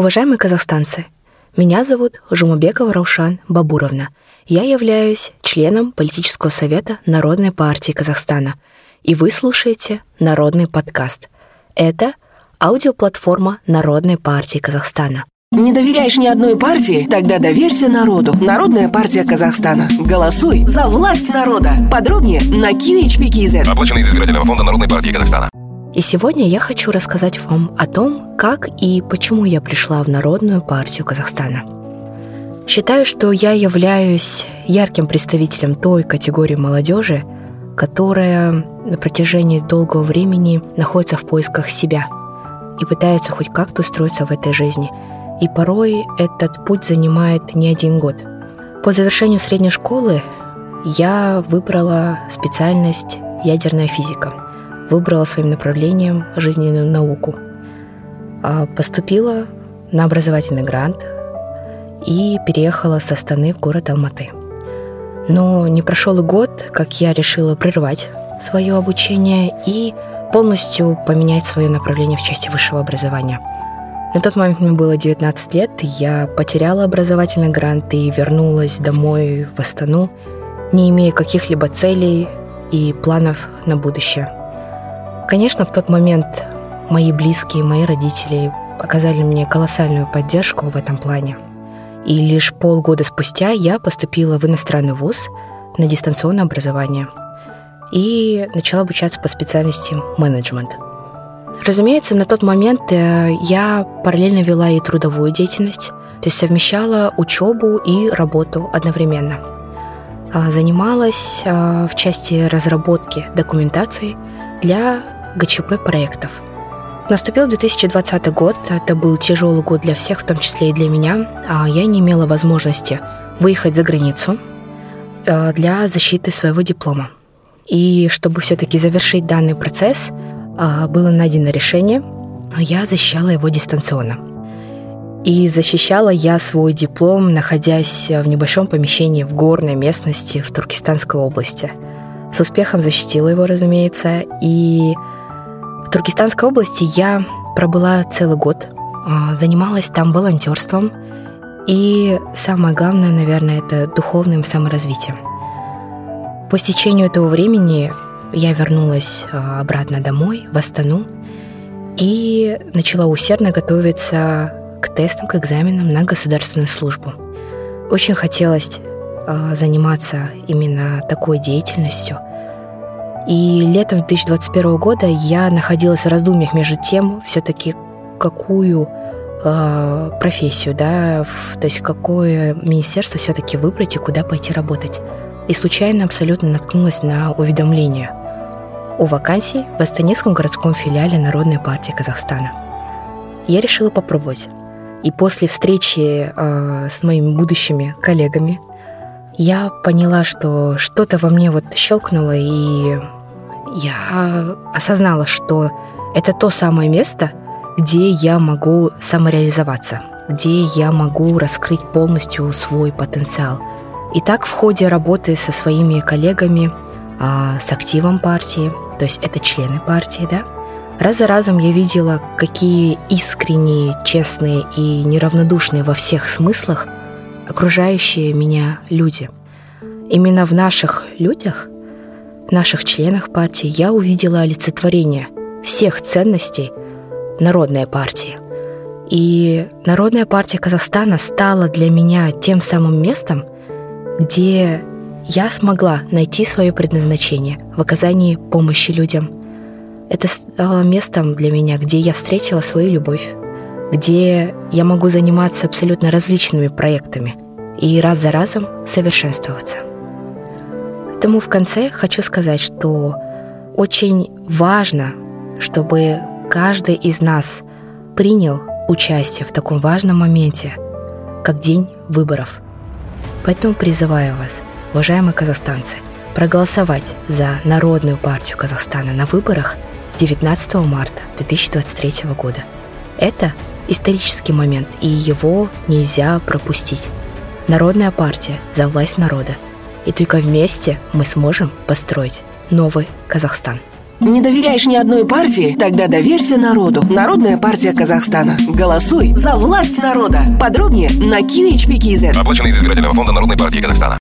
Уважаемые казахстанцы, меня зовут Жумабекова Раушан Бабуровна. Я являюсь членом политического совета Народной партии Казахстана. И вы слушаете Народный подкаст. Это аудиоплатформа Народной партии Казахстана. Не доверяешь ни одной партии? Тогда доверься народу. Народная партия Казахстана. Голосуй за власть народа. Подробнее на QHP.KZ. Оплачено из избирательного фонда Народной партии Казахстана. И сегодня я хочу рассказать вам о том, как и почему я пришла в Народную партию Казахстана. Считаю, что я являюсь ярким представителем той категории молодежи, которая на протяжении долгого времени находится в поисках себя и пытается хоть как-то устроиться в этой жизни. И порой этот путь занимает не один год. По завершению средней школы я выбрала специальность ядерная физика. Выбрала своим направлением жизненную науку. Поступила на образовательный грант и переехала с Астаны в город Алматы. Но не прошел и год, как я решила прервать свое обучение и полностью поменять свое направление в части высшего образования. На тот момент мне было 19 лет, я потеряла образовательный грант и вернулась домой в Астану, не имея каких-либо целей и планов на будущее. Конечно, в тот момент мои близкие, мои родители оказали мне колоссальную поддержку в этом плане. И лишь полгода спустя я поступила в иностранный вуз на дистанционное образование и начала обучаться по специальности менеджмент. Разумеется, на тот момент я параллельно вела и трудовую деятельность, то есть совмещала учебу и работу одновременно. Занималась в части разработки документации для ГЧП-проектов. Наступил 2020 год, это был тяжелый год для всех, в том числе и для меня. Я не имела возможности выехать за границу для защиты своего диплома. И чтобы все-таки завершить данный процесс, было найдено решение, я защищала его дистанционно. И защищала я свой диплом, находясь в небольшом помещении в горной местности в Туркестанской области. С успехом защитила его, разумеется, и в Туркестанской области я пробыла целый год, занималась там волонтерством и, самое главное, наверное, это духовным саморазвитием. По стечению этого времени я вернулась обратно домой, в Астану, и начала усердно готовиться к тестам, к экзаменам на государственную службу. Очень хотелось заниматься именно такой деятельностью. И летом 2021 года я находилась в раздумьях между тем, все-таки какую профессию, то есть какое министерство все-таки выбрать и куда пойти работать. И случайно абсолютно наткнулась на уведомление о вакансии в Астанинском городском филиале Народной партии Казахстана. Я решила попробовать. И после встречи с моими будущими коллегами я поняла, что что-то во мне щелкнуло, и я осознала, что это то самое место, где я могу самореализоваться, где я могу раскрыть полностью свой потенциал. И так в ходе работы со своими коллегами, с активом партии, то есть это члены партии, раз за разом я видела, какие искренние, честные и неравнодушные во всех смыслах окружающие меня люди. Именно в наших людях, в наших членах партии я увидела олицетворение всех ценностей Народной партии. И Народная партия Казахстана стала для меня тем самым местом, где я смогла найти свое предназначение в оказании помощи людям. Это стало местом для меня, где я встретила свою любовь, где я могу заниматься абсолютно различными проектами и раз за разом совершенствоваться. Поэтому в конце хочу сказать, что очень важно, чтобы каждый из нас принял участие в таком важном моменте, как день выборов. Поэтому призываю вас, уважаемые казахстанцы, проголосовать за Народную партию Казахстана на выборах 19 марта 2023 года. Это исторический момент, и его нельзя пропустить. Народная партия за власть народа. И только вместе мы сможем построить новый Казахстан. Не доверяешь ни одной партии? Тогда доверься народу. Народная партия Казахстана. Голосуй за власть народа. Подробнее на QHP.KZ. Оплачено из избирательного фонда Народной партии Казахстана.